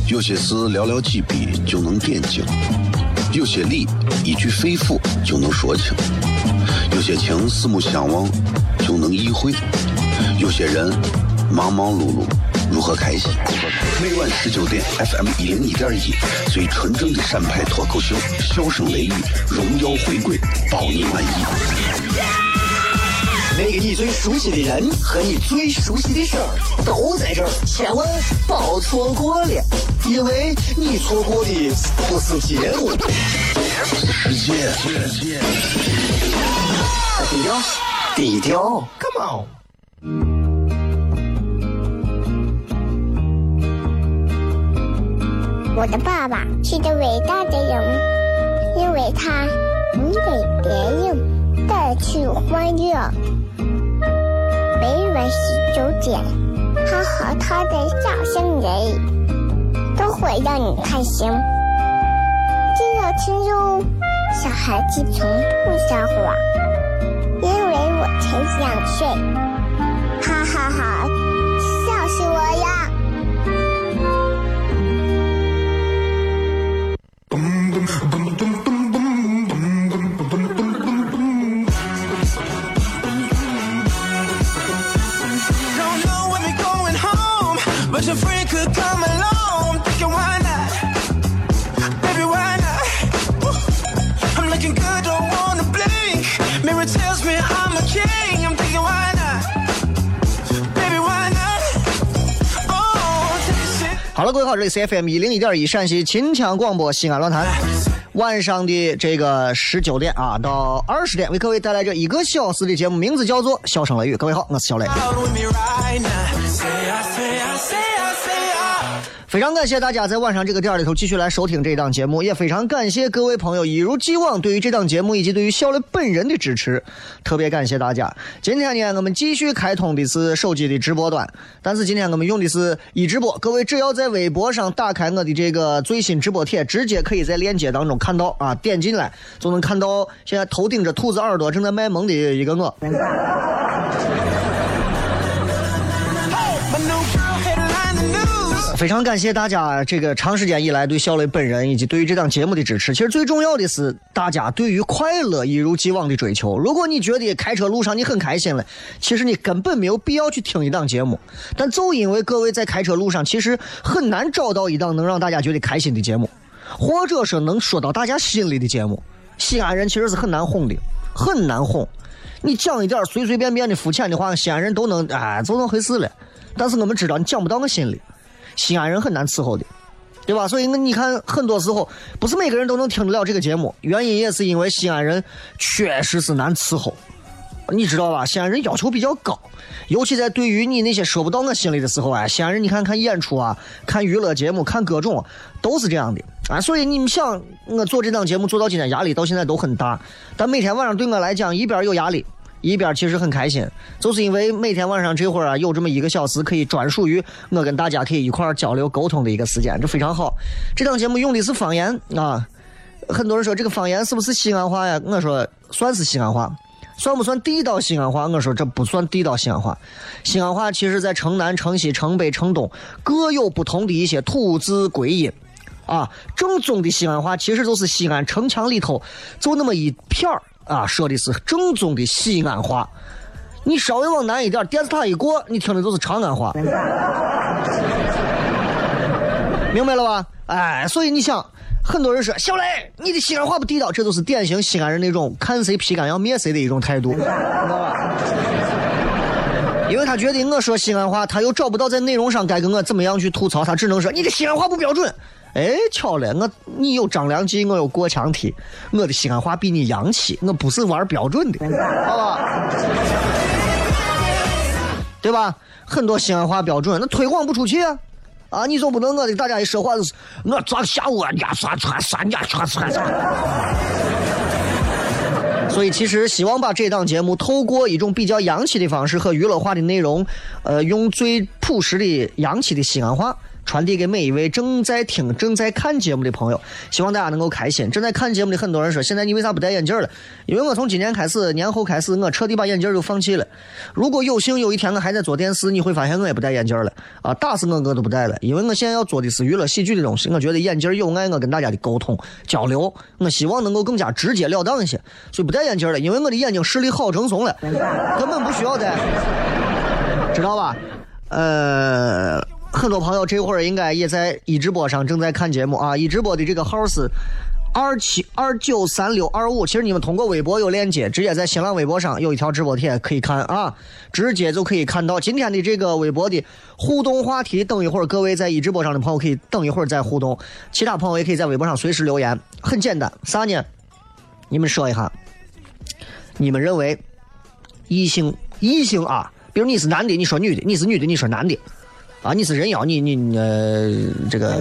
有些事寥寥几笔就能点睛，有些理一句肺腑就能说清，有些情四目相望就能意会，有些人忙忙碌碌如何开心？每晚19点 FM 101.1，最纯正的陕派脱口秀，笑声雷雨，荣耀回归，保你满意。 那个你最熟悉的人和你最熟悉的事儿都在这儿，千万别错过了，因为你错过的不是节目， 世界。 低调 ，Come on。 我的爸爸是个伟大的人，因为他能给别人带去欢乐。每晚19点，他和他的笑声人，都会让你开心。记得听哟，小孩子从不撒谎，因为我才2岁。哈哈哈，笑死我呀！ 好了，各位好，这里是 FM 101.1陕西秦腔广播西安论坛，晚上的这个19点啊到20点，为各位带来这1个小时的节目，名字叫做《笑声雷雨》。各位好，我是小雷。非常感谢大家在晚上这个点里头继续来收听这档节目，也非常感谢各位朋友一如既往对于这档节目以及对于小雷本人的支持，特别感谢大家。今天呢，我们继续开通的是手机的直播端，但是今天我们用的是一直播，各位只要在微博上打开我的这个最新直播帖，直接可以在链接当中看到啊，点进来就能看到现在头顶着兔子耳朵正在卖萌的一个我。非常感谢大家这个长时间以来对小雷本人以及对于这档节目的支持。其实最重要的是大家对于快乐一如既往的追求。如果你觉得开车路上你很开心了，其实你根本没有必要去听一档节目，但就因为各位在开车路上其实很难找到一档能让大家觉得开心的节目，或者是能说到大家心里的节目。西安人其实是很难哄的，很难哄，你讲一点随随便便的肤浅的话，西安人都能就能回事了，但是我们知道你讲不到我心里，西安人很难伺候的，对吧？所以你看很多时候不是每个人都能听得了这个节目，原因也是因为西安人确实是难伺候，你知道吧？西安人要求比较高，尤其在对于你那些说不到我心里的时候西安人你看演出啊，看娱乐节目，看各种都是这样的所以你们想我做这档节目做到今天，压力到现在都很大，但每天晚上对我来讲一边有压力一边其实很开心，就是因为每天晚上这会儿有这么1个小时可以专属于我跟大家可以一块交流沟通的一个时间，这非常好。这档节目用的是方言啊，很多人说这个方言是不是西安话呀？我说算是西安话，算不算地道西安话？我说这不算地道西安话。西安话其实在城南、城西、城北、城东各有不同的一些吐字归音啊。正宗的西安话其实就是西安城墙里头就那么一片儿说的是正宗的西安话，你稍微往南一点，电视塔一过，你听的都是长安话，明白了吧？所以你想，很多人说小雷，你的西安话不地道，这都是典型西安人那种看谁皮干要灭谁的一种态度，知道吧？因为他觉得我说西安话，他又找不到在内容上该跟我怎么样去吐槽，他只能说你的西安话不标准。巧了，你有张良计，我有过墙梯，我的西安话比你洋气，我不是玩标准的，好吧？对吧？很多西安话标准，那推广不出去啊！你总不能我的大家一说话就是我抓下午呀刷。所以其实希望把这档节目透过一种比较洋气的方式和娱乐化的内容，用最朴实的洋气的西安话传递给每一位正在听正在看节目的朋友，希望大家能够开心。正在看节目的很多人说，现在你为啥不戴眼镜了？因为我从今年开始年后开始我彻底把眼镜就放弃了。如果有幸有一天我还在做电视，你会发现我也不戴眼镜了啊，打死我都不戴了。因为我现在要做的是娱乐喜剧的东西，我觉得眼镜有碍我跟大家的沟通交流，我希望能够更加直截了当一些，所以不戴眼镜了。因为我的眼睛视力好成怂了，根本不需要戴，知道吧？很多朋友这会儿应该也在一直播上正在看节目啊，一直播的这个号是27293625，其实你们通过微博有链接，直接在新浪微博上有一条直播帖可以看啊，直接就可以看到今天的这个微博的互动话题。等一会儿各位在一直播上的朋友可以等一会儿再互动，其他朋友也可以在微博上随时留言，很简单，啥呢？你们说一下，你们认为异性啊，比如你是男的你说女的，你是女的你说男的啊，你是人妖你这个，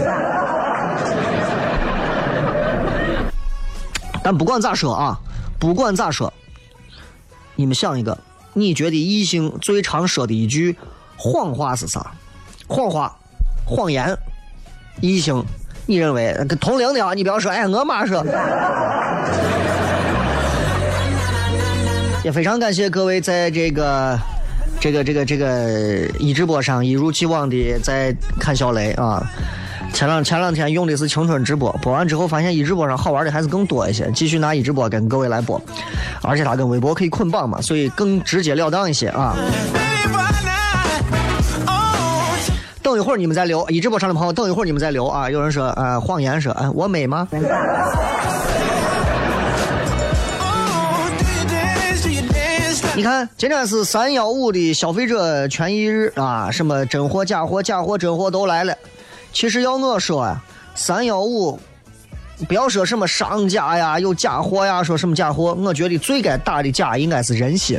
但不管咋说啊，不管咋说，你们想一个，你觉得异性最常说的一句谎话是啥？谎话、谎言，异性，你认为同龄的啊？你不要说，哎，我妈说。也非常感谢各位在这个一直播上一如既往的在看小雷啊。前两天用的是青春直播，播完之后发现一直播上好玩的还是更多一些，继续拿一直播跟各位来播，而且它跟微博可以捆绑嘛，所以更直截了当一些啊。等一会儿你们再留，一直播上的朋友等一会儿你们再留啊。有人说谎言说我美吗？你看今天是315的消费者权益日啊，什么真货假货假货真货都来了。其实要我说呀，315不要说什么商家呀有假货呀，说什么假货，我觉得最该打的假应该是人心，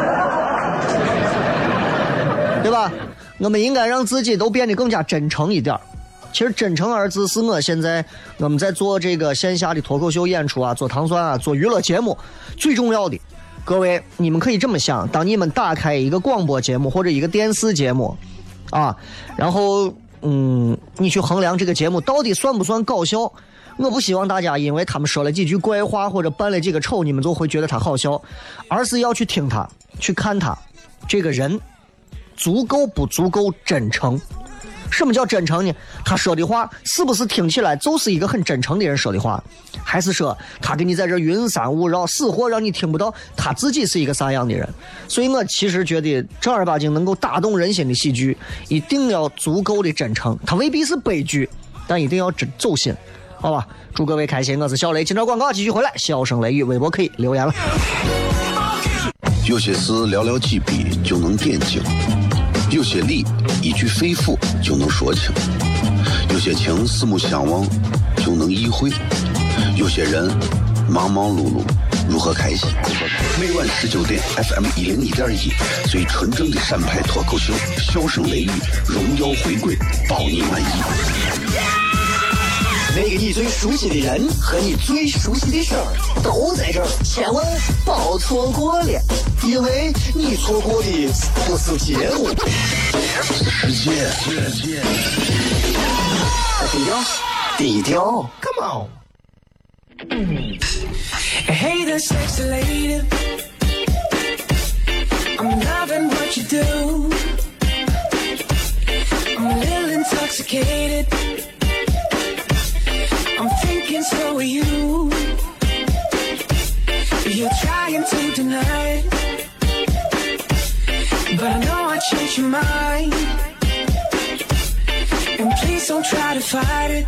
对吧？我们应该让自己都变得更加真诚一点。其实真诚二字是我们在做这个线下的脱口秀演出啊，做糖酸啊，做娱乐节目最重要的。各位你们可以这么想，当你们打开一个广播节目或者一个电视节目啊，然后你去衡量这个节目到底算不算搞笑，我不希望大家因为他们说了几句怪话或者扮了几个丑你们就会觉得他好笑，而是要去听他，去看他这个人足够不足够真诚。什么叫真诚呢？他说的话是不是听起来就是一个很真诚的人说的话，还是说他给你在这云山雾绕，死活让你听不到他自己是一个啥样的人？所以我其实觉得正儿八经能够打动人心的喜剧一定要足够的真诚，他未必是悲剧，但一定要走心，好吧？祝各位开心，我是小雷，今朝广告继续回来，笑声雷雨，微博可以留言了。 有些事寥寥几笔就能点睛，有些理一句肺腑就能说清，有些情四目相望就能意会，有些人忙忙碌碌如何开心？每晚19点 FM 101.1，最纯正的陕派脱口秀，笑声雷雨，荣耀回归，保你满意。 那个你最熟悉的人和你最熟悉的事儿都在这儿，千万别错过了，因为你错过的不是节目， 世界。 低调 Come on. Hey there, sexy lady. I'm loving what you do. I'm a little intoxicated. I'm thinking so are you. You're trying to deny it, but I know I changed your mind. And please don't try to fight it,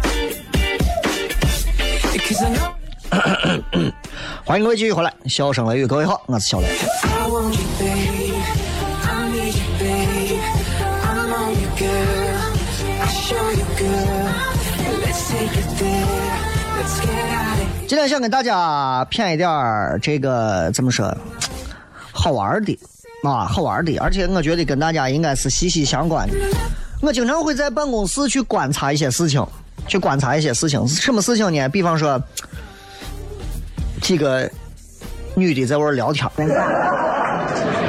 because I know. 欢迎各位继续回来，笑声雷雨，各位好，我是小雷。 I want you, babe. I need you, babe. I'm on you, girl. I show you, girl. Let's take it there. Let's get out of here. 今天想跟大家骗一点这个怎么说，好玩的啊，好玩的，而且我觉得跟大家应该是息息相关的。我经常会在办公室去观察一些事情，什么事情呢？比方说几个女的在玩聊天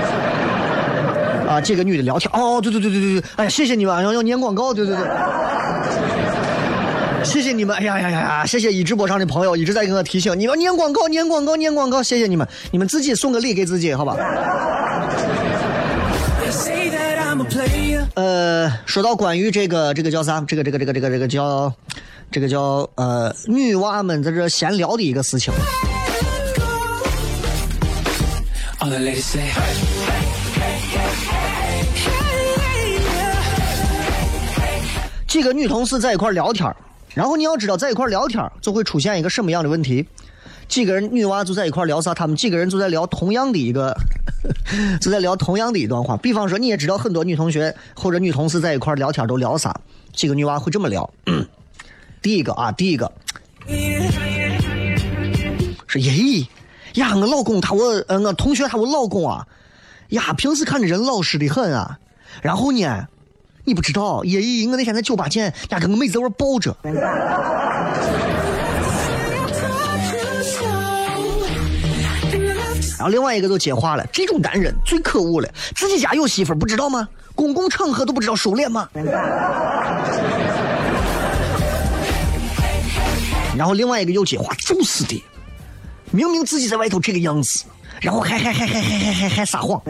啊，这个女的聊天，哦，对，哎呀，谢谢你们，要念广告，对， 谢谢你们！哎呀！谢谢一直播上的朋友一直在跟我提醒，你们念广告，谢谢你们！你们自己送个礼给自己，好吧？说到关于这个叫啥？这个叫女娃们在这闲聊的一个事情。几个女同事在一块聊天，然后你要知道在一块聊天就会出现一个什么样的问题。几个人女娃就在一块聊啥，他们几个人就在聊同样的一个就在聊同样的一段话。比方说你也知道很多女同学或者女同事在一块聊天都聊啥，几个女娃会这么聊。第一个是呀，我老公我同学我老公啊呀，平时看着人老实的很啊，然后呢你不知道，我那天在酒吧见呀，跟我妹子在那抱着。然后另外一个就接话了，这种男人最可恶了，自己家有媳妇不知道吗？公共场合都不知道收敛吗？然后另外一个又接话，就是的，明明自己在外头这个样子，然后还撒谎。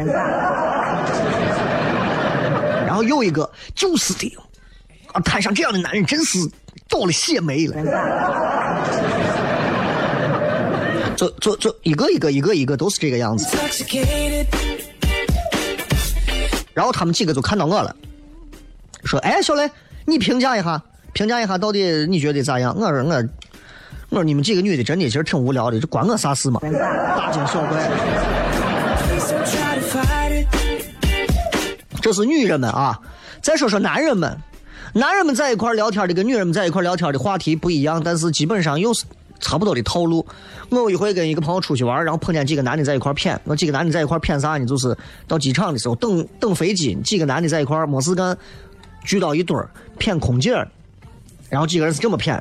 然后又一个就是的啊，摊上这样的男人真是倒了血霉了。就一个都是这个样子。然后他们几个就看到我了，说：“哎，小雷，你评价一下，到底你觉得咋样？”我说你们几个女的真的其实挺无聊的，这关我啥事嘛？大惊小怪。这是女人们啊，再说说男人们在一块聊天的跟女人们在一块聊天的话题不一样，但是基本上又是差不多的套路。我有一回跟一个朋友出去玩，然后碰见几个男的在一块谝，几个男的在一块谝啥呢？就是到机场的时候等飞机，几个男的在一块没事干，聚到一堆儿谝空姐，然后几个人是这么谝，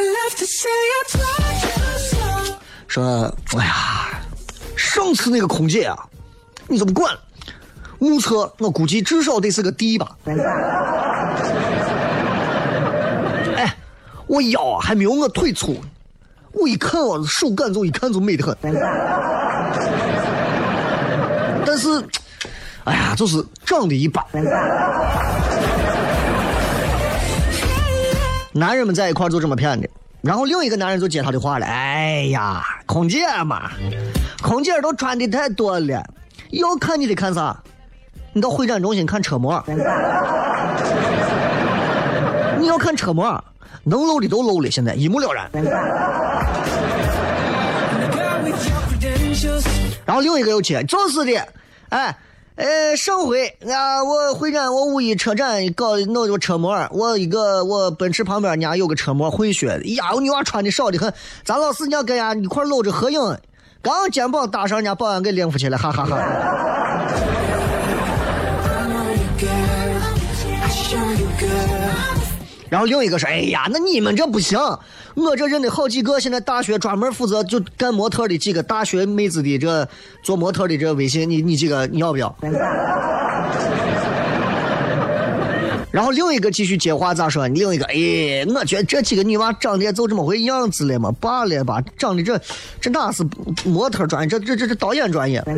说：“哎呀，上次那个空姐啊，你怎么管？目测我估计至少得是个 D 吧。哎，我腰啊还没有我腿粗，我一看我手感就一看就美得很。但是，哎呀，就是长得一般。男人们在一块就这么骗的，然后另一个男人就接他的话了：哎呀，空姐嘛，空姐都穿的太多了，要看你得看啥？你到会展中心看车模，你要看车模，能露的都露了，现在一目了然。然后另一个又接，就是的，上回啊，我会展我五一车展弄个车模，我奔驰旁边人家有个车模混血的，呀，我女娃穿的少的很，咱老师人家跟人家一块搂着合影，刚肩膀搭上人家保安给领扶起来，哈哈哈。然后另一个说：“哎呀，那你们这不行，我这认得好几个，现在大学专门负责就干模特的几个大学妹子的这做模特的这微信，你几个你要不要？”然后另一个继续接话咋说？另一个，我觉得这几个女娃长得也就这么回样子了嘛，罢了吧，长得这哪是模特专业，这导演专业。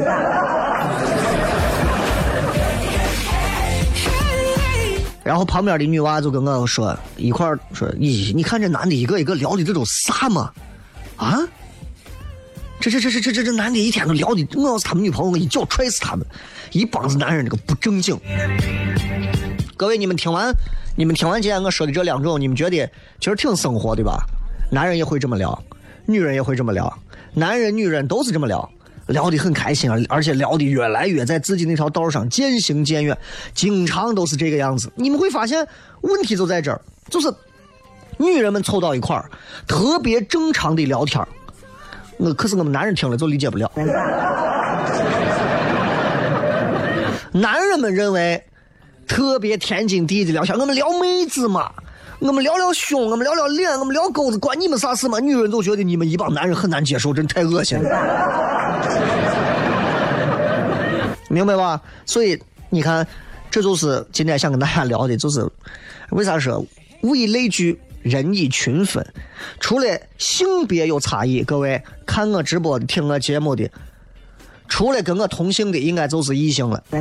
然后旁边的女娃就跟我说一块说：“咦，你看这男的一个一个聊的这种啥嘛？啊？这男的一天都聊的，我要是他们女朋友，我一脚踹死他们，一帮子男人这个不正经。”各位，你们听完今天我说的这两种，你们觉得其实挺生活对吧？男人也会这么聊，女人也会这么聊，男人女人都是这么聊。聊得很开心，而且聊得越来越在自己那条道上渐行渐远，经常都是这个样子。你们会发现问题就在这儿，就是女人们凑到一块儿特别正常的聊天，可是我们男人听了就理解不了。男人们认为特别天经地义的聊天，我们聊妹子嘛，我们聊聊胸，我们聊聊脸，我们聊钩子，关你们啥事嘛？女人都觉得你们一帮男人很难接受，真太恶心了，明白吧？所以你看，这就是今天想跟大家聊的，就是为啥说物以类聚，人以群分。除了性别有差异，各位看我直播的、听我节目的，除了跟我同性的，应该就是异性了。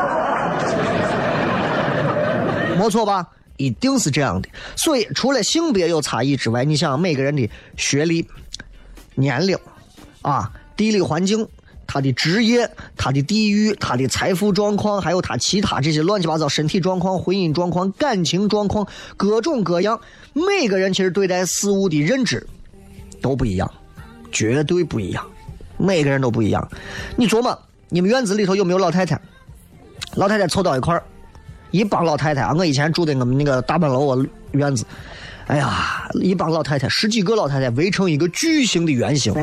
没错吧？一定是这样的。所以除了性别有差异之外，你想每个人的学历、年龄啊、地理环境、他的职业、他的地域、他的财富状况，还有他其他这些乱七八糟身体状况、婚姻状况、感情状况，各种各样，每个人其实对待事物的认知都不一样，绝对不一样，每个人都不一样。你琢磨，你们院子里头有没有老太太？老太太凑到一块儿，一帮老太太啊！我以前住的我们那个大板楼我院子，哎呀，一帮老太太，10几个老太太围成一个巨型的圆形。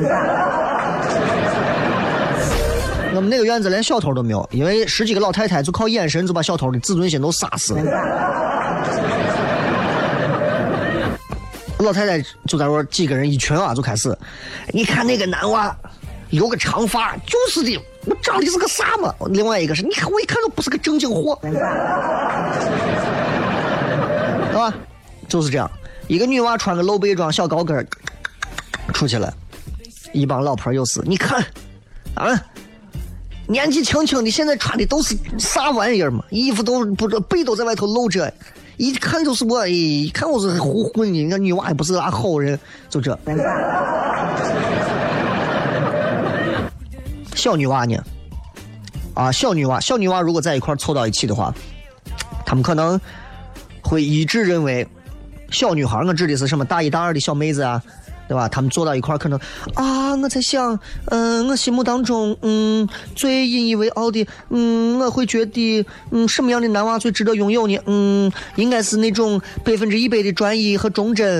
我们那个院子连小偷都没有，因为10几个老太太就靠眼神就把小偷的自尊心都杀死了。老太太就在那几个人一群啊，就开始，你看那个男娃有个长发，就是的，我长得是个啥嘛？另外一个是，你看我一看都不是个正经货，对吧？就是这样，一个女娃穿个露背装、小高跟出去了，一帮老婆又是，你看啊。年纪轻轻的，现在穿的都是啥玩意儿嘛？衣服都不知背都在外头露着，一看就是我，一看我是胡混的。你看女娃也不是啥好人，就这。小女娃呢？啊，小女娃如果在一块凑到一起的话，他们可能会一致认为，小女孩，我指的是什么大1大2的小妹子啊。对吧？他们坐到一块可能啊，我在想，我心目当中，最引以为傲的，我会觉得，什么样的男娃最值得拥有呢？应该是那种100%的专一和忠贞。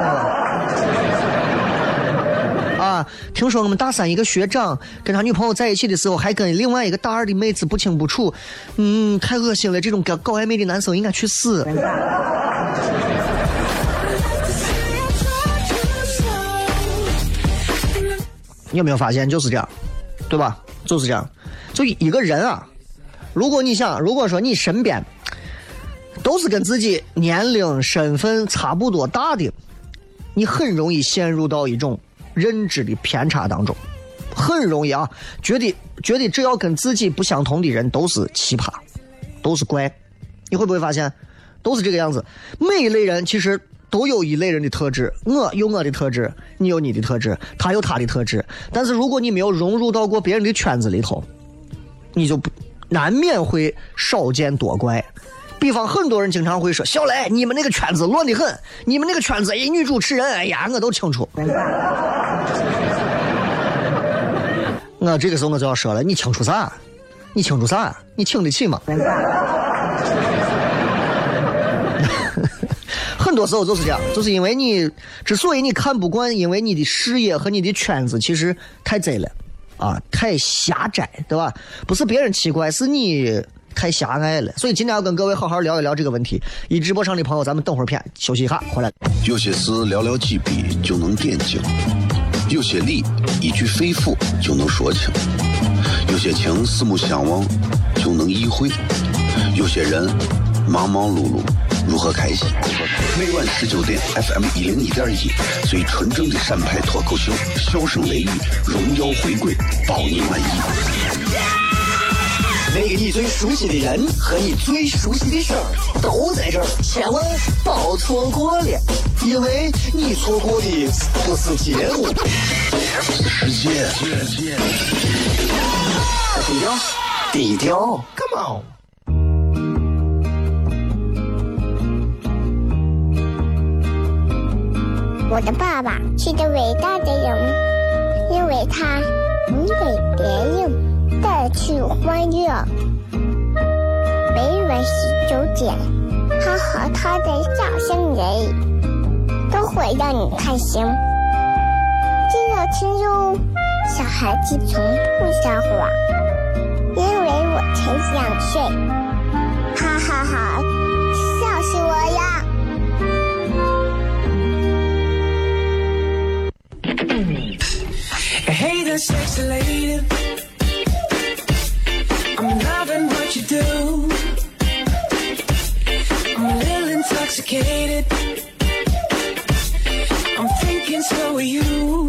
啊，听说我们大3一个学长跟他女朋友在一起的时候，还跟另外一个大2的妹子不清不楚，太恶心了！这种搞暧昧的男生应该去死。你有没有发现就是这样，对吧？就是这样，就一个人啊，如果说你身边都是跟自己年龄、身份差不多大的，你很容易陷入到一种认知的偏差当中，很容易啊，觉得只要跟自己不相同的人都是奇葩，都是怪。你会不会发现都是这个样子？每一类人其实都有一类人的特质，我有我的特质，你有你的特质，他有他的特质。但是如果你没有融入到过别人的圈子里头，你就难免会少见多怪。比方很多人经常会说，小雷你们那个圈子乱得很，你们那个圈子女主持人，哎呀我都清楚。我这个时候我就要说了，你清楚啥？你清楚啥？你请得起吗？很多时候就是这样，就是因为你之所以你看不惯，因为你的视野和你的圈子其实太窄了啊，太狭窄，对吧？不是别人奇怪，是你太狭隘了。所以今天要跟各位好好聊一聊这个问题。一直播上的朋友，咱们等会儿片休息一下，回来。 有些事寥寥几笔就能点睛，有些理一句肺腑就能说清，有些情四目相望就能意会，有些人忙忙碌碌如何开心？每晚19点 FM 101.1，最纯正的陕派脱口秀，笑声雷雨，荣耀回归，保你满意。 那个你最熟悉的人和你最熟悉的事儿都在这儿，千万别错过了，因为你错过的不是节目， 是世界。 低调 ，Come on。 我的爸爸是个伟大的人，因为他能给别人带去欢乐。每晚19点，他和他的笑声人，都会让你开心。记得听哟，小孩子从不撒谎，因为我才2岁。哈哈哈，笑死我呀！ Hey there, sexy lady, I'm loving what you do. I'm a little intoxicated. and so are you.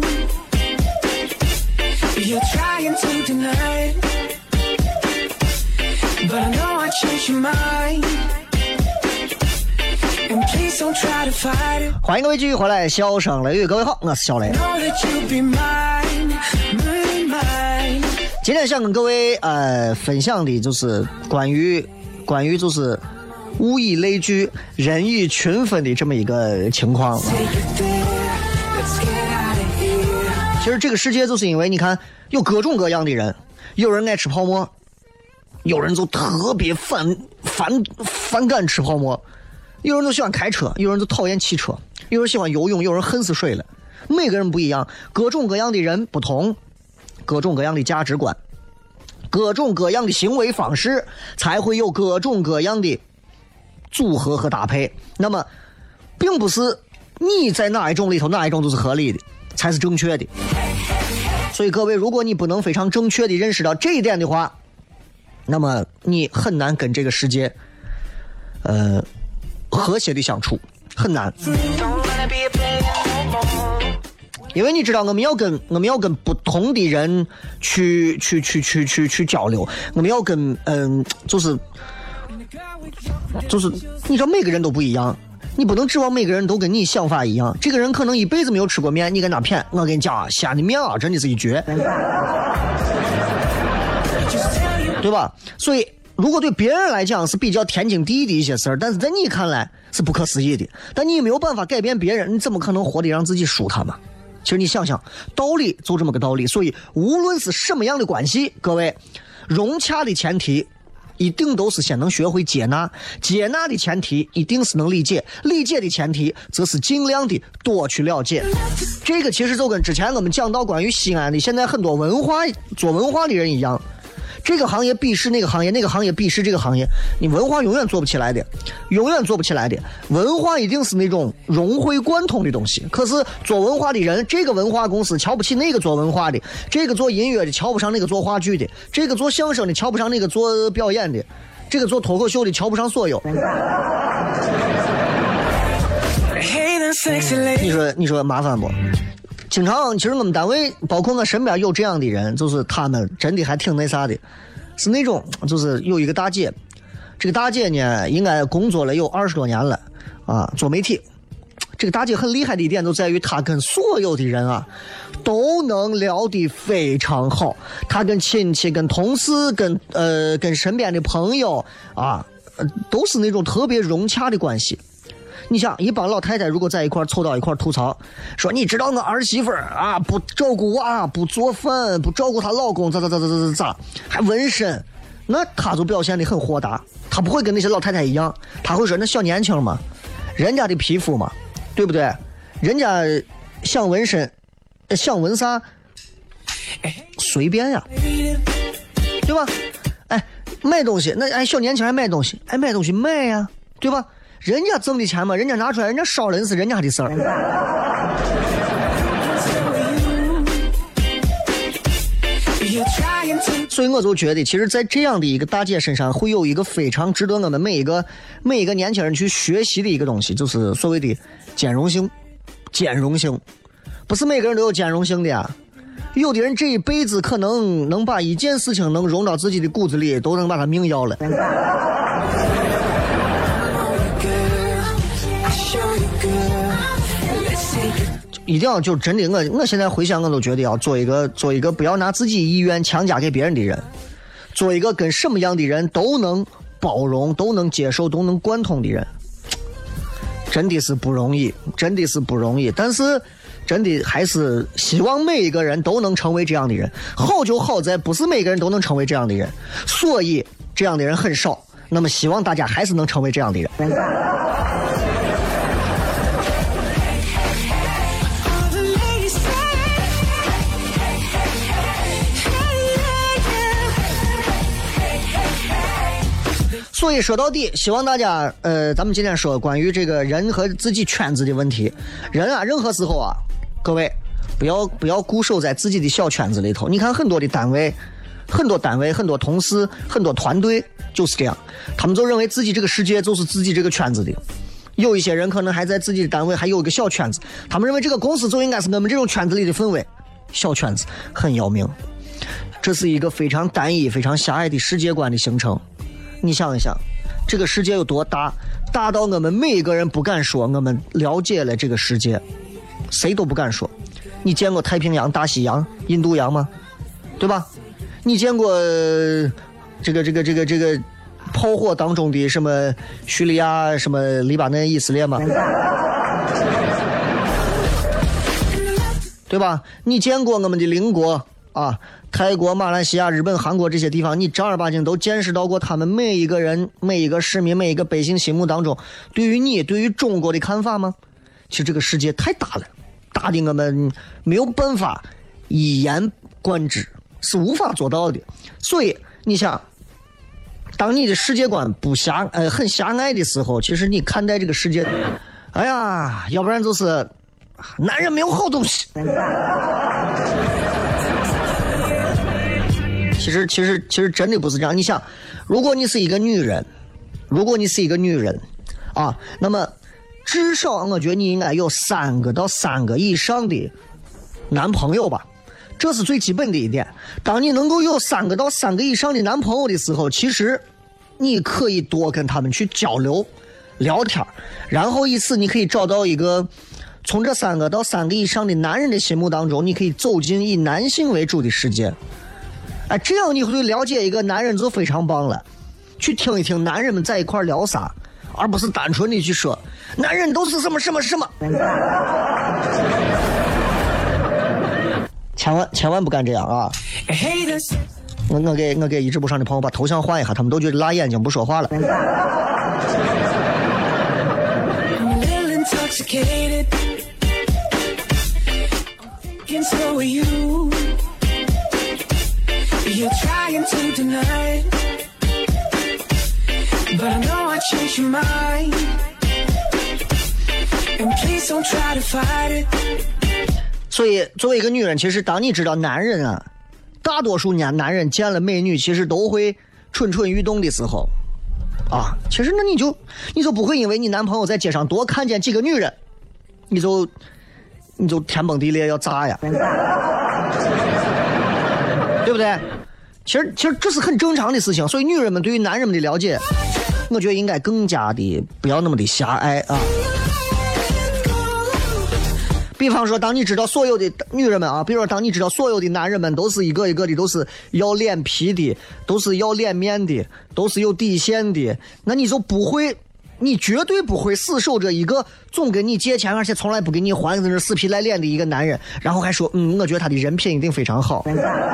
You're trying to deny it, but I know I changed your mind. And please don't try to fight it. 欢迎各位继续回来，笑声雷雨，各位好，我是小雷。 Know that you'll be mine, mine. 今天想跟各位分享的就是关于就是物以类聚，人以群分的这么一个情况。 Take it there, let's get out of here. 其实这个世界就是因为你看有各种各样的人，有人爱吃泡沫，有人就特别反感吃泡沫，有人就喜欢开车，有人就讨厌汽车，有人喜欢游泳，有人恨死水了。每个人不一样，各种各样的人不同，各种各样的价值观，各种各样的行为方式，才会有各种各样的组合和搭配。那么并不是你在哪一种里头哪一种都是合理的才是正确的。所以各位，如果你不能非常正确的认识到这一点的话，那么你很难跟这个世界和谐的相处，很难。因为你知道我们要跟不同的人去交流，我们要跟就是你知道每个人都不一样，你不能指望每个人都跟你想法一样。这个人可能一辈子没有吃过面，你跟他骗，我跟你讲啊，西安的面啊真的是一绝，对吧？所以如果对别人来讲是比较天经地义的一些事儿，但是在你看来是不可思议的，但你也没有办法改变别人，你怎么可能活得让自己舒坦嘛？其实你想想，道理就这么个道理。所以无论是什么样的关系，各位，融洽的前提一定都是先能学会接纳，接纳的前提一定是能理解，理解的前提则是尽量的多去了解。这个其实就跟之前我们讲到关于西安的现在很多做文化的人一样，这个行业鄙视那个行业，那个行业鄙视这个行业，你文化永远做不起来的，永远做不起来的。文化一定是那种融会贯通的东西。可是做文化的人，这个文化公司瞧不起那个做文化的，这个做音乐的瞧不上那个做话剧的，这个做相声的瞧不上那个做表演的，这个做脱口秀的瞧不上所有。你说麻烦不？经常其实我们单位包括我身边有这样的人，就是他们真的还挺那啥的，是那种就是有一个大姐，这个大姐呢应该工作了有20多年了啊，做媒体。这个大姐很厉害的一点就在于她跟所有的人啊都能聊得非常好，她跟亲戚、跟同事、跟身边的朋友啊都是那种特别融洽的关系。你想一帮老太太如果在一块凑到一块吐槽说，你知道我儿媳妇啊不照顾娃，不做饭，不照顾她老公，咋还纹身，那她就表现得很豁达，她不会跟那些老太太一样，她会说那小年轻嘛，人家的皮肤嘛，对不对？人家想纹身想纹啥随便呀，对吧？哎，卖东西那小年轻还卖东西，卖东西卖呀，对吧？人家挣的钱嘛，人家拿出来，人家烧人是人家的事儿。所以我就觉得，其实，在这样的一个大姐身上，会有一个非常值得我们每一个年轻人去学习的一个东西，就是所谓的兼容性。兼容性，不是每个人都有兼容性的呀。有的人这一辈子可能能把一件事情能融到自己的骨子里，都能把它命要了。一定要就真的，我现在回想，我都觉得要做一个不要拿自己意愿强加给别人的人，做一个跟什么样的人都能包容、都能接受、都能贯通的人，真的是不容易，真的是不容易。但是真的还是希望每一个人都能成为这样的人。好就好在不是每个人都能成为这样的人，所以这样的人很少。那么希望大家还是能成为这样的人。所以说到底，希望大家咱们今天说关于这个人和自己圈子的问题。人啊，任何时候啊，各位不要固守在自己的小圈子里头。你看很多单位、很多同事、很多团队就是这样，他们就认为自己这个世界就是自己这个圈子的。 有一些人可能还在自己的单位还有一个小圈子，他们认为这个公司就应该是我们这种圈子里的氛围，小圈子很要命，这是一个非常单一非常狭隘的世界观的形成。你想一想，这个世界有多大，大到我们每一个人不敢说我们了解了这个世界，谁都不敢说。你见过太平洋、大西洋、印度洋吗？对吧？你见过这个炮火当中的什么叙利亚、什么黎巴嫩、以色列吗？对吧？你见过我们的邻国啊，泰国、马来西亚、日本、韩国这些地方，你正儿八经都见识到过他们每一个人、每一个市民、每一个百姓心目当中对于你、对于中国的看法吗？其实这个世界太大了，大的我们没有办法一言贯之，是无法做到的。所以你想，当你的世界观很狭隘的时候，其实你看待这个世界，哎呀，要不然就是男人没有好东西。其实真的不是这样。你想，如果你是一个女人啊，那么至少我觉得你应该有3个以上的男朋友吧，这是最基本的一点。当你能够有3个以上的男朋友的时候，其实你可以多跟他们去交流聊天，然后以此你可以找到一个从这3个以上的男人的心目当中，你可以走进以男性为主的世界。哎，这样你会了解一个男人就非常棒了。去听一听男人们在一块聊啥，而不是单纯的去说男人都是什么什么什么。千万不敢这样啊！我给一直不上的朋友把头像换一下，他们都觉得拉眼睛不说话了。You're trying to deny, but I know I changed your mind. And please don't try to fight it. 所以，作为一个女人，其实当你知道男人啊，大多数男人见了美女，其实都会蠢蠢欲动的时候，啊，其实那你就不会因为你男朋友在街上多看见几个女人，你就天崩地裂要炸呀，对不对？其实这是很正常的事情，所以女人们对于男人们的了解，我觉得应该更加的不要那么的狭隘啊。比方说，当你知道所有的女人们啊，比如说当你知道所有的男人们都是一个一个的都是要脸皮的，都是要脸面的，都是有底线的，那你绝对不会死守着一个总跟你借钱而且从来不给你还，在那死皮赖脸的一个男人，然后还说我觉得他的人品一定非常好。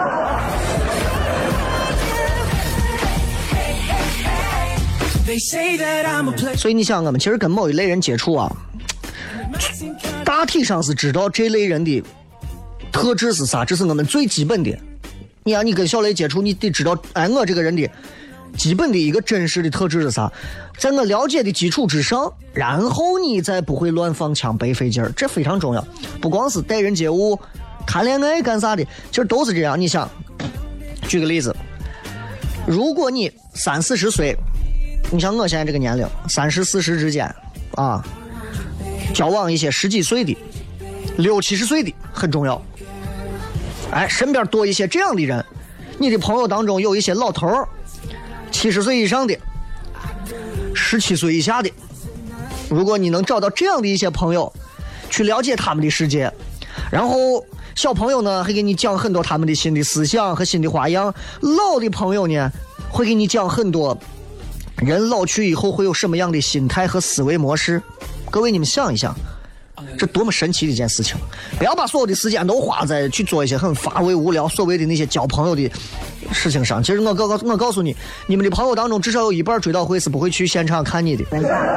所以你想，我们其实跟某一类人接触啊，大体上是知道这类人的特质是啥，这是我们最基本的。你跟小雷接触，你得知道，我这个人的基本的一个真实的特质是啥，在我了解的基础之上，然后你再不会乱放枪白费劲儿，这非常重要。不光是待人接物、谈恋爱干啥的，其实都是这样。你想，举个例子，如果你30-40岁，你像我现在这个年龄30-40之间啊，交往一些10几岁的、60-70岁的很重要。哎，身边多一些这样的人，你的朋友当中有一些老头，70岁以上的，17岁以下的，如果你能找到这样的一些朋友，去了解他们的世界，然后小朋友呢会给你讲很多他们的新的思想和新的花样，老的朋友呢会给你讲很多人老去以后会有什么样的心态和思维模式。各位你们想一想，这多么神奇的一件事情。不要把所有的时间都花在去做一些很乏味无聊所谓的那些交朋友的事情上。其实我告诉你，你们的朋友当中至少有一半追悼会是不会去现场看你的。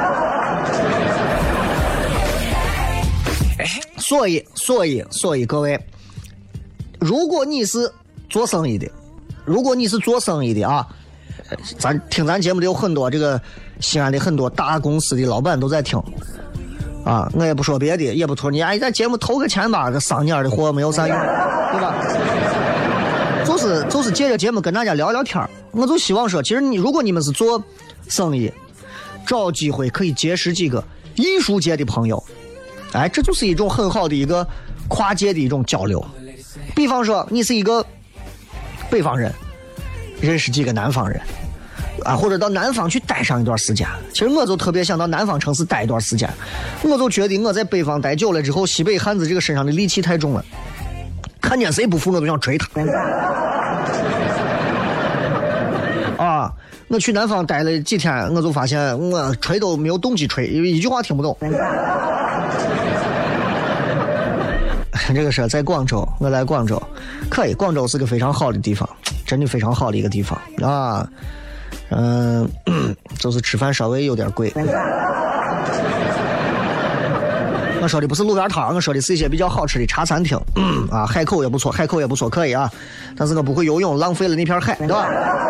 所以各位，如果你是做生意的啊，咱听咱节目的有很多这个西安的很多大公司的老板都在听啊，我也不说别的，也不说你在节目投个钱吧，这桑尼尔的货没有啥用，对吧？就是借着节目跟大家聊聊天。我就希望说，其实如果你们是做生意，找机会可以结识几个艺术界的朋友，哎，这就是一种很好的一个跨界的一种交流。比方说，你是一个北方人，认识几个南方人，啊，或者到南方去待上一段时间。其实我就特别想到南方城市待一段时间，我就觉得我在北方待久了之后，西北汉子这个身上的戾气太重了，看见谁不服我都想追他。啊，我去南方待了几天，我就发现我吹都没有动机吹，因为一句话听不懂。这个是在广州，我在广州，可以，广州是个非常好的地方，真的非常好的一个地方啊。就是吃饭稍微有点贵。我说的不是路边摊，我说的是一些比较好吃的茶餐厅。啊，海口也不错，海口也不错，可以啊。但是我不会游泳，浪费了那片海，对吧？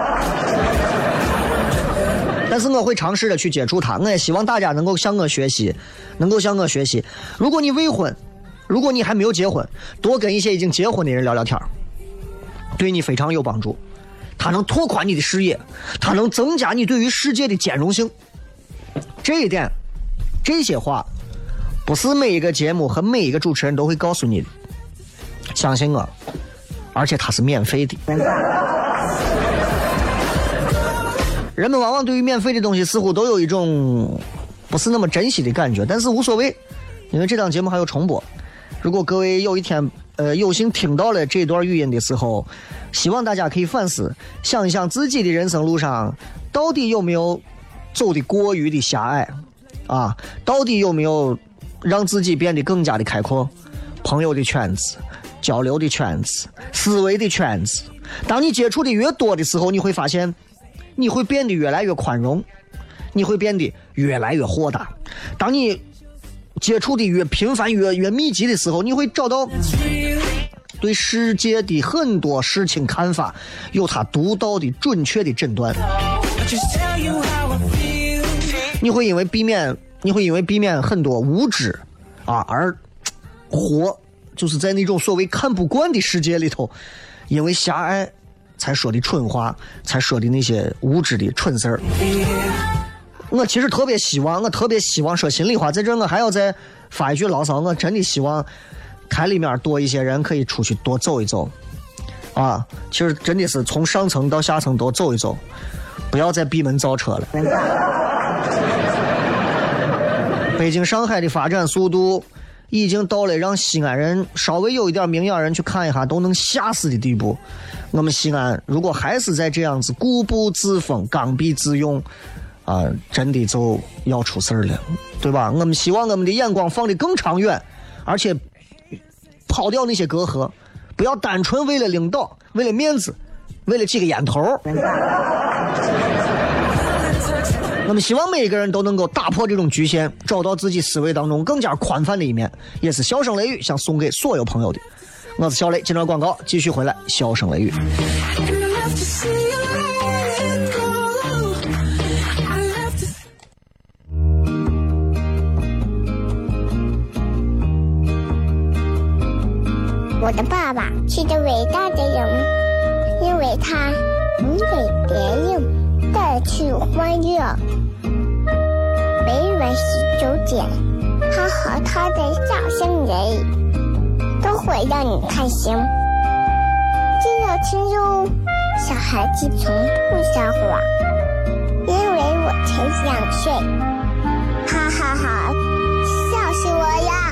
但是我会尝试着去接触它，我也希望大家能够向我学习，能够向我学习。如果你未婚，如果你还没有结婚，多跟一些已经结婚的人聊聊天，对你非常有帮助。它能拓宽你的视野，它能增加你对于世界的兼容性。这一点，这些话不是每一个节目和每一个主持人都会告诉你的，相信我，而且它是免费的。人们往往对于免费的东西似乎都有一种不是那么珍惜的感觉，但是无所谓，因为这档节目还有重播。如果各位有一天有幸听到了这段语音的时候，希望大家可以反思，想一想自己的人生路上到底有没有走的过于的狭隘啊？到底有没有让自己变得更加的开阔？朋友的圈子、交流的圈子、思维的圈子，当你接触的越多的时候，你会发现你会变得越来越宽容，你会变得越来越豁达。当你接触的越频繁、越密集的时候，你会找到对世界的很多事情看法有他独到的准确的诊断。你会因为避免很多无知啊而活，就是在那种所谓看不惯的世界里头，因为狭隘才说的蠢话，才说的那些无知的蠢事儿。我其实特别希望说心里话，在这我还要再发一句牢骚，我真的希望台里面多一些人可以出去多走一走啊！其实真的是从上层到下层多走一走，不要再闭门造车了。北京上海的发展速度已经到了让西安人稍微有一点明眼人去看一下都能吓死的地步。我们西安如果还是在这样子固步自封、刚愎自用啊，真的就要出事了，对吧？我们希望我们的眼光放得更长远，而且抛掉那些隔阂，不要单纯为了领导、为了面子、为了几个烟头。我们希望每一个人都能够打破这种局限，找到自己思维当中更加宽泛的一面，也是笑声雷雨想送给所有朋友的。我是小雷，接着广告继续回来，笑声雷雨。 我的爸爸是个伟大的人，因为他能给别人带去欢乐。每晚19点，他和他的笑声人都会让你开心。记得听哟，小孩子从不撒谎，因为我才2岁。哈哈哈，笑死我呀！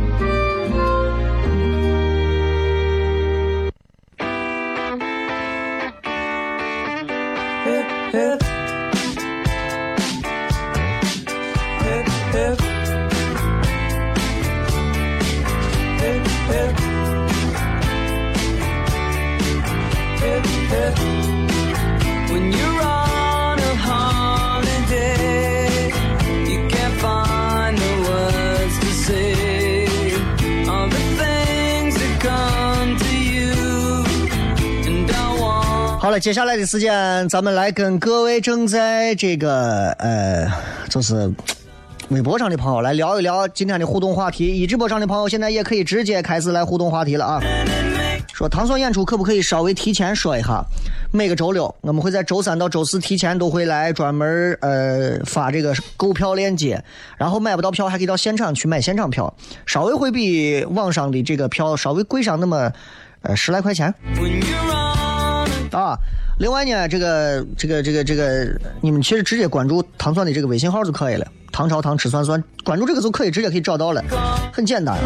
When you're on a holiday, you can't find the words to say all the things that come to you, and I want. 好了，接下来的时间，咱们来跟各位正在这个就是微博上的朋友来聊一聊今天的互动话题。一直播上的朋友现在也可以直接开始来互动话题了啊。 说糖蒜演出可不可以稍微提前说一下？每个周六我们会在周3到周4提前都会来专门发这个购票链接，然后买不到票还可以到现场去买现场票，稍微会比网上的这个票稍微贵上那么10来块钱啊。另外呢，这个你们其实直接关注糖蒜的这个微信号就可以了，唐朝糖吃酸酸，关注这个就直接可以找到了，很简单。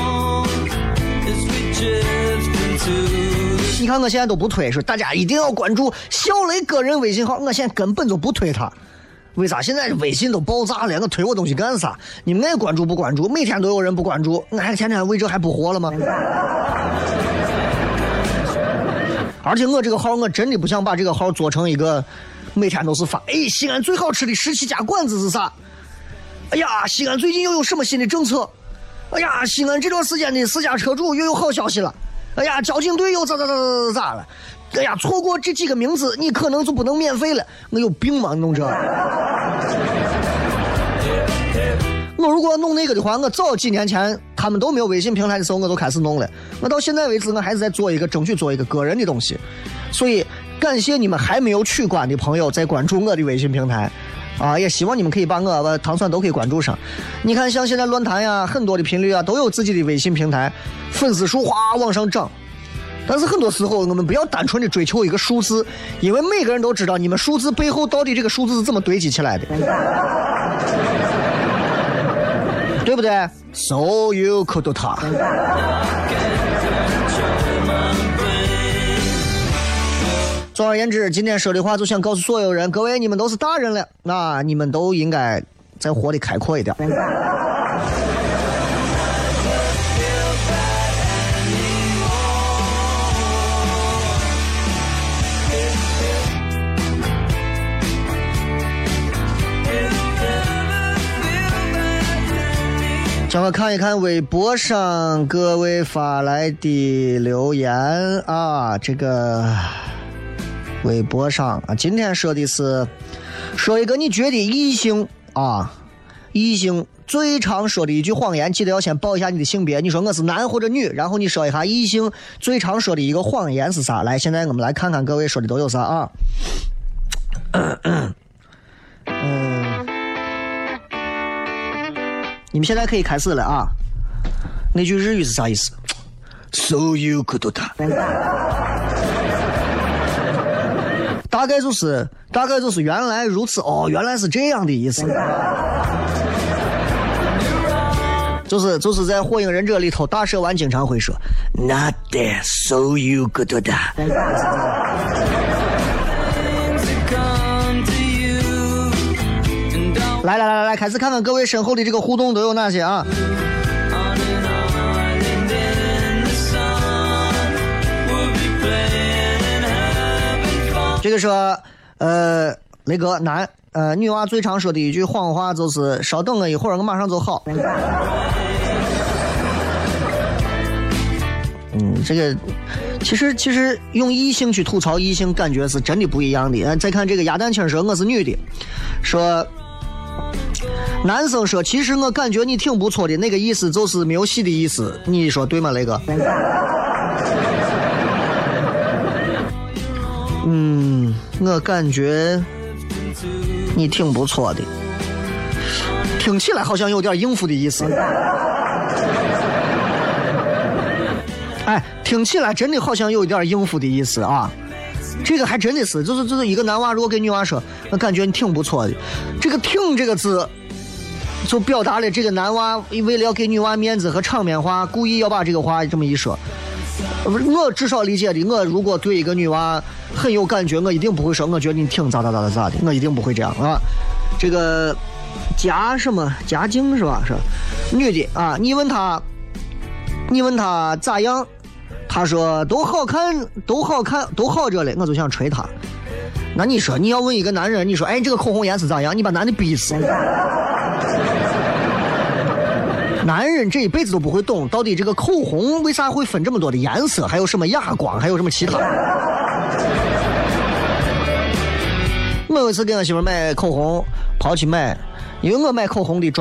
你看我现在都不推，说大家一定要关注小雷个人微信号，我现在根本就不推他。为啥？现在微信都爆炸了，我推我东西干啥？你们爱关注不关注？每天都有人不关注，我还天天为这还不活了吗？而且我这个号，我真的不想把这个号做成一个每天都是发，哎，西安最好吃的17家馆子是啥？哎呀，西安最近又有什么新的政策？哎呀，西安这段时间的私家车主又有好消息了。哎呀，交警队又咋了？哎呀，错过这几个名字，你可能就不能免费了。我有病吗？弄这？我如果弄那个的话，我早几年前他们都没有微信平台的时候，我都开始弄了。我到现在为止，我还是在争取做一个个人的东西。所以，感谢你们还没有取关的朋友在关注我的微信平台。啊，也希望你们可以把糖蒜都可以关注上。你看，像现在论坛呀，很多的频率啊，都有自己的微信平台，粉丝数哗往上涨。但是很多时候，我们不要单纯的追求一个数字，因为每个人都知道你们数字背后到底这个数字是怎么堆积起来的，对不对 ？So you could do它。总而言之，今天说的话就想告诉所有人，各位你们都是大人了，那你们都应该再活得开阔一点。让我看一看微博上各位发来的留言啊，这个微博上啊，今天说的是说一个你觉得异性最常说的一句谎言，记得要先报一下你的性别，你说我是男或者女，然后你说一下异性最常说的一个谎言是啥。来，现在我们来看看各位说的都有啥啊。你们现在可以开始了啊。那句日语是啥意思？ So you could do that。大概就是原来如此哦，原来是这样的意思。就是在火影忍者里头，大蛇丸经常会说 Not that so you could do that。来，开始看看各位身后的这个互动都有哪些啊？这个说雷哥男女娃最常说的一句谎话就是稍等我一会儿，我马上就好。这个其实用异性去吐槽异性，感觉是真的不一样的。再看这个鸭蛋清说我是女的，说男生说其实我感觉你挺不错的，那个意思就是没有戏的意思，你说对吗雷哥？我感觉你挺不错的，听起来好像有点应付的意思。哎，听起来真的好像有点应付的意思啊！这个还真的是，就是一个男娃如果跟女娃说，我感觉你挺不错的，这个"挺"这个字，就表达了这个男娃为了要给女娃面子和场面话，故意要把这个话这么一说。我至少理解的，我如果对一个女娃很有感觉，我一定不会说我觉得你挺咋的，我一定不会这样啊。这个家境是吧？是女的啊，你问她咋样，她说都好看，都好着嘞，我就想捶她。那你说你要问一个男人，你说哎这个口红颜色咋样，你把男的逼死。男人这一辈子都不会懂到底这个口红为啥会分这么多的颜色，还有什么哑光，还有什么其他。我有一次给我媳妇买口红，跑去买，因为我买口红的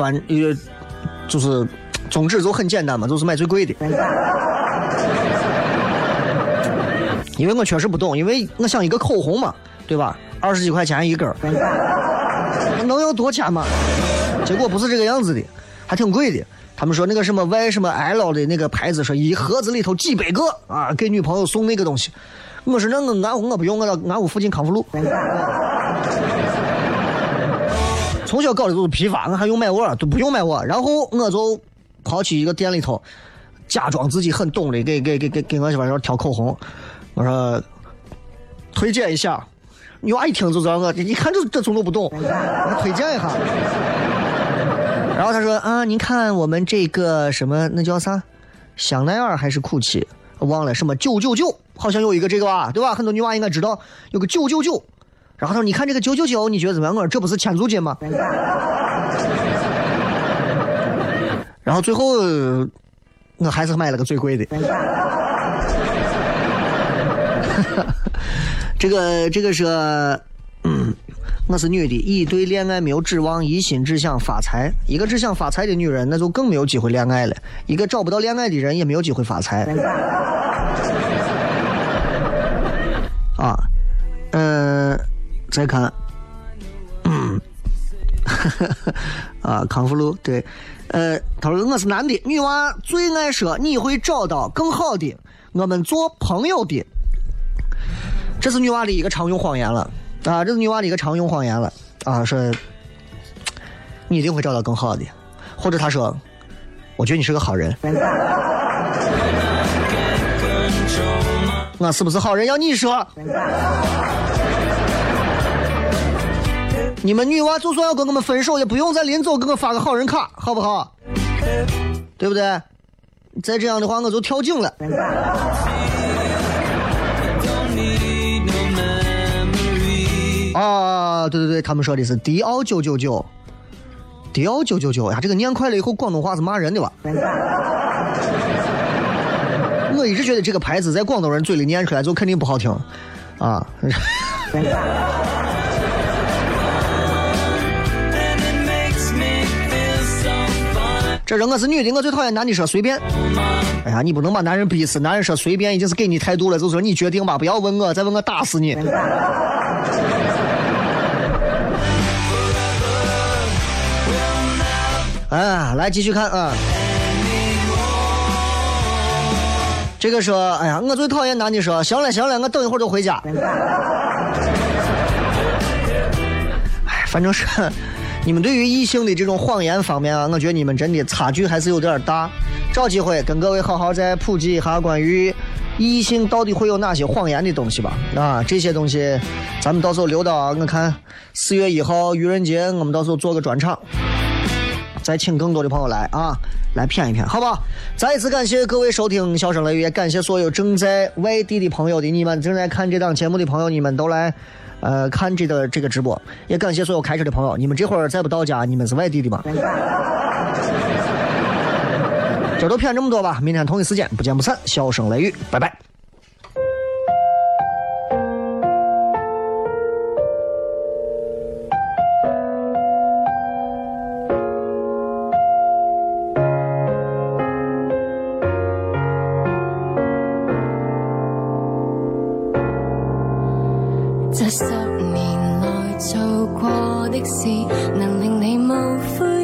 就是宗旨就很简单嘛，就是买最贵的。 因为我确实不懂，因为我想一个口红嘛，对吧？20几块钱一根，能有多钱嘛？结果不是这个样子的，还挺贵的。他们说那个什么 Y 什么 L 的那个牌子，说一盒子里头几百个啊，给女朋友送那个东西。我说那我不用，我到俺屋附近康复路。从小搞的都是批发，我还用买我都不用买我，然后我就跑去一个店里头，假装自己很懂的，给我媳妇挑口红，我说推荐一下。女娃一听就知道我，一看就这从都不懂，我推荐一下。然后他说啊，您看我们这个什么那叫啥，香奈儿还是酷奇，忘了什么999，好像有一个这个吧，对吧？很多女娃应该知道有个999。然后他说你看这个999，你觉得怎么样？我说这不是千足金吗？然后最后我还是买了个最贵的。这个是我是女的，一对恋爱没有指望，一心只想发财。一个只想发财的女人，那就更没有机会恋爱了；一个找不到恋爱的人，也没有机会发财。啊，再看，啊，康复路对，他说我是男的，女娃最爱说你会找到更好的，我们做朋友的。这是女娃的一个常用谎言了啊！这是女娃的一个常用谎言了啊！说你一定会找到更好的，或者她说，我觉得你是个好人。我是不是好人要你说？你们女娃就算要跟我们分手，也不用在临走给我发个好人卡，好不好？对不对？再这样的话，我就跳井了。啊，对，他们说的是迪奥999，迪奥999呀，这个念快了以后，广东话是骂人的吧？我一直觉得这个牌子在广东人嘴里念出来就肯定不好听啊。这人我是女的，我最讨厌男的说随便。哎呀，你不能把男人逼死，男人说随便已经是给你态度了，就说你决定吧，不要问我，再问我打死你。哎，来继续看啊。这个说，哎呀，我最讨厌男的说，行了，我等一会儿就回家。哎，反正是你们对于异性的这种谎言方面啊，我觉得你们真的差距还是有点大。找机会跟各位好好再普及一下关于异性到底会有哪些谎言的东西吧。啊，这些东西咱们到时候留到我看4月1号愚人节，我们到时候做个专场。再请更多的朋友来啊，来骗一骗，好吧？再一次感谢各位收听笑声雷雨，也感谢所有正在外地的朋友的你们，正在看这档节目的朋友，你们都来看这个直播，也感谢所有开车的朋友，你们这会儿再不到家，你们是外地的吗？这都骗这么多吧，明天同一时间不见不散，笑声雷雨，拜拜。 這10年來做過的事，能令你無悔。